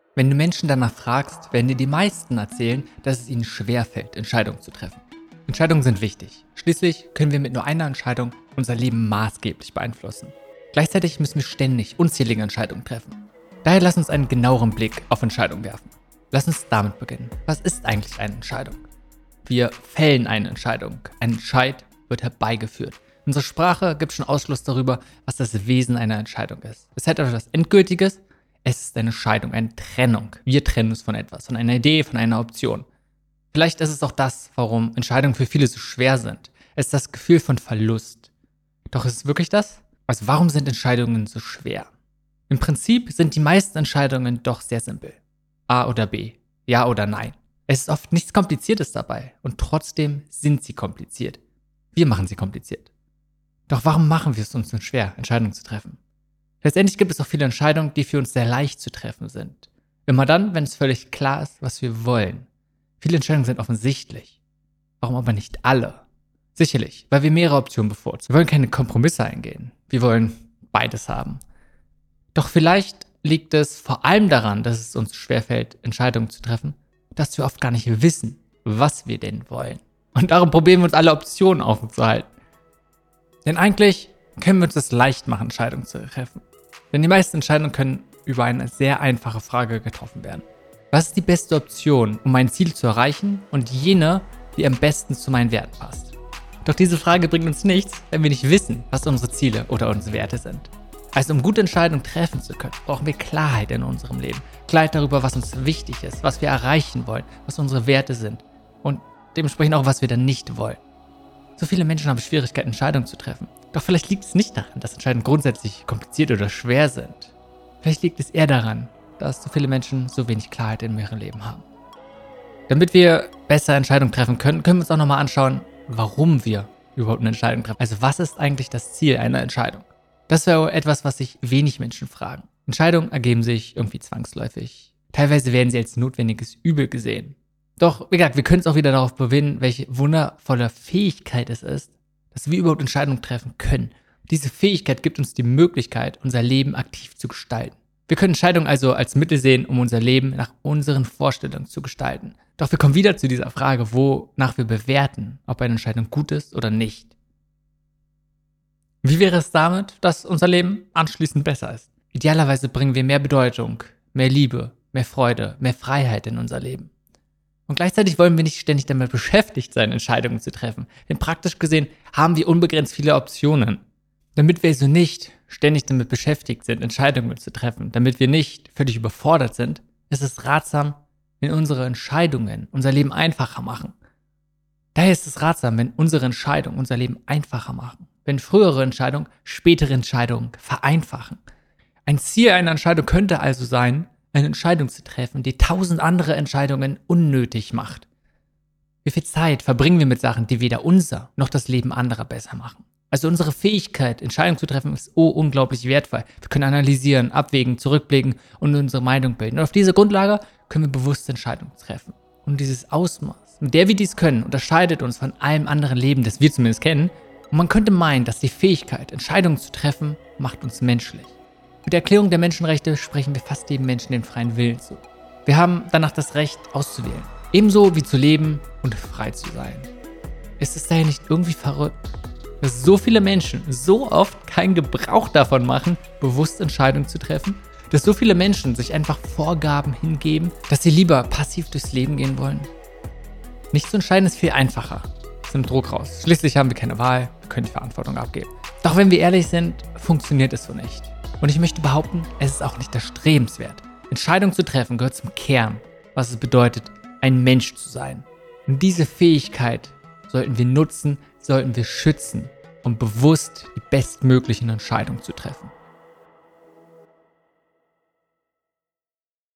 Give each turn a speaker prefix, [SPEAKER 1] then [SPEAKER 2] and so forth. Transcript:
[SPEAKER 1] Wenn du Menschen danach fragst, werden dir die meisten erzählen, dass es ihnen schwerfällt, Entscheidungen zu treffen. Entscheidungen sind wichtig. Schließlich können wir mit nur einer Entscheidung unser Leben maßgeblich beeinflussen. Gleichzeitig müssen wir ständig unzählige Entscheidungen treffen. Daher lass uns einen genaueren Blick auf Entscheidungen werfen. Lass uns damit beginnen. Was ist eigentlich eine Entscheidung? Wir fällen eine Entscheidung. Ein Entscheid wird herbeigeführt. Unsere Sprache gibt schon Ausschluss darüber, was das Wesen einer Entscheidung ist. Es hat etwas Endgültiges. Es ist eine Scheidung, eine Trennung. Wir trennen uns von etwas, von einer Idee, von einer Option. Vielleicht ist es auch das, warum Entscheidungen für viele so schwer sind. Es ist das Gefühl von Verlust. Doch ist es wirklich das? Also warum sind Entscheidungen so schwer? Im Prinzip sind die meisten Entscheidungen doch sehr simpel. A oder B, ja oder nein. Es ist oft nichts Kompliziertes dabei und trotzdem sind sie kompliziert. Wir machen sie kompliziert. Doch warum machen wir es uns so schwer, Entscheidungen zu treffen? Letztendlich gibt es auch viele Entscheidungen, die für uns sehr leicht zu treffen sind. Immer dann, wenn es völlig klar ist, was wir wollen. Viele Entscheidungen sind offensichtlich. Warum aber nicht alle? Sicherlich, weil wir mehrere Optionen bevorzugen. Wir wollen keine Kompromisse eingehen. Wir wollen beides haben. Doch vielleicht liegt es vor allem daran, dass es uns schwerfällt, Entscheidungen zu treffen, dass wir oft gar nicht wissen, was wir denn wollen. Und darum probieren wir uns alle Optionen aufzuhalten. Denn eigentlich können wir uns das leicht machen, Entscheidungen zu treffen. Denn die meisten Entscheidungen können über eine sehr einfache Frage getroffen werden. Was ist die beste Option, um mein Ziel zu erreichen und jene, die am besten zu meinen Werten passt? Doch diese Frage bringt uns nichts, wenn wir nicht wissen, was unsere Ziele oder unsere Werte sind. Also um gute Entscheidungen treffen zu können, brauchen wir Klarheit in unserem Leben. Klarheit darüber, was uns wichtig ist, was wir erreichen wollen, was unsere Werte sind und dementsprechend auch, was wir dann nicht wollen. So viele Menschen haben Schwierigkeiten, Entscheidungen zu treffen. Doch vielleicht liegt es nicht daran, dass Entscheidungen grundsätzlich kompliziert oder schwer sind. Vielleicht liegt es eher daran, dass so viele Menschen so wenig Klarheit in ihrem Leben haben. Damit wir besser Entscheidungen treffen können, können wir uns auch nochmal anschauen, warum wir überhaupt eine Entscheidung treffen. Also was ist eigentlich das Ziel einer Entscheidung? Das wäre etwas, was sich wenig Menschen fragen. Entscheidungen ergeben sich irgendwie zwangsläufig. Teilweise werden sie als notwendiges Übel gesehen. Doch, wie gesagt, wir können es auch wieder darauf bewinden, welche wundervolle Fähigkeit es ist, dass wir überhaupt Entscheidungen treffen können. Diese Fähigkeit gibt uns die Möglichkeit, unser Leben aktiv zu gestalten. Wir können Entscheidungen also als Mittel sehen, um unser Leben nach unseren Vorstellungen zu gestalten. Doch wir kommen wieder zu dieser Frage, wonach wir bewerten, ob eine Entscheidung gut ist oder nicht. Wie wäre es damit, dass unser Leben anschließend besser ist? Idealerweise bringen wir mehr Bedeutung, mehr Liebe, mehr Freude, mehr Freiheit in unser Leben. Und gleichzeitig wollen wir nicht ständig damit beschäftigt sein, Entscheidungen zu treffen. Denn praktisch gesehen haben wir unbegrenzt viele Optionen. Damit wir also nicht ständig damit beschäftigt sind, Entscheidungen zu treffen, damit wir nicht völlig überfordert sind, ist es ratsam, wenn unsere Entscheidungen unser Leben einfacher machen. Daher ist es ratsam, wenn unsere Entscheidungen unser Leben einfacher machen. Wenn frühere Entscheidungen spätere Entscheidungen vereinfachen. Ein Ziel einer Entscheidung könnte also sein, eine Entscheidung zu treffen, die 1000 andere Entscheidungen unnötig macht. Wie viel Zeit verbringen wir mit Sachen, die weder unser noch das Leben anderer besser machen? Also unsere Fähigkeit, Entscheidungen zu treffen, ist unglaublich wertvoll. Wir können analysieren, abwägen, zurückblicken und unsere Meinung bilden. Und auf dieser Grundlage können wir bewusste Entscheidungen treffen. Und dieses Ausmaß, mit der wir dies können, unterscheidet uns von allem anderen Leben, das wir zumindest kennen. Und man könnte meinen, dass die Fähigkeit, Entscheidungen zu treffen, macht uns menschlich. Mit der Erklärung der Menschenrechte sprechen wir fast jedem Menschen den freien Willen zu. Wir haben danach das Recht, auszuwählen. Ebenso wie zu leben und frei zu sein. Ist es daher nicht irgendwie verrückt, dass so viele Menschen so oft keinen Gebrauch davon machen, bewusst Entscheidungen zu treffen? Dass so viele Menschen sich einfach Vorgaben hingeben, dass sie lieber passiv durchs Leben gehen wollen? Nicht zu entscheiden ist viel einfacher. Aus dem Druck raus. Schließlich haben wir keine Wahl, wir können die Verantwortung abgeben. Doch wenn wir ehrlich sind, funktioniert es so nicht. Und ich möchte behaupten, es ist auch nicht erstrebenswert. Entscheidungen zu treffen gehört zum Kern, was es bedeutet, ein Mensch zu sein. Und diese Fähigkeit sollten wir nutzen, sollten wir schützen, um bewusst die bestmöglichen Entscheidungen zu treffen.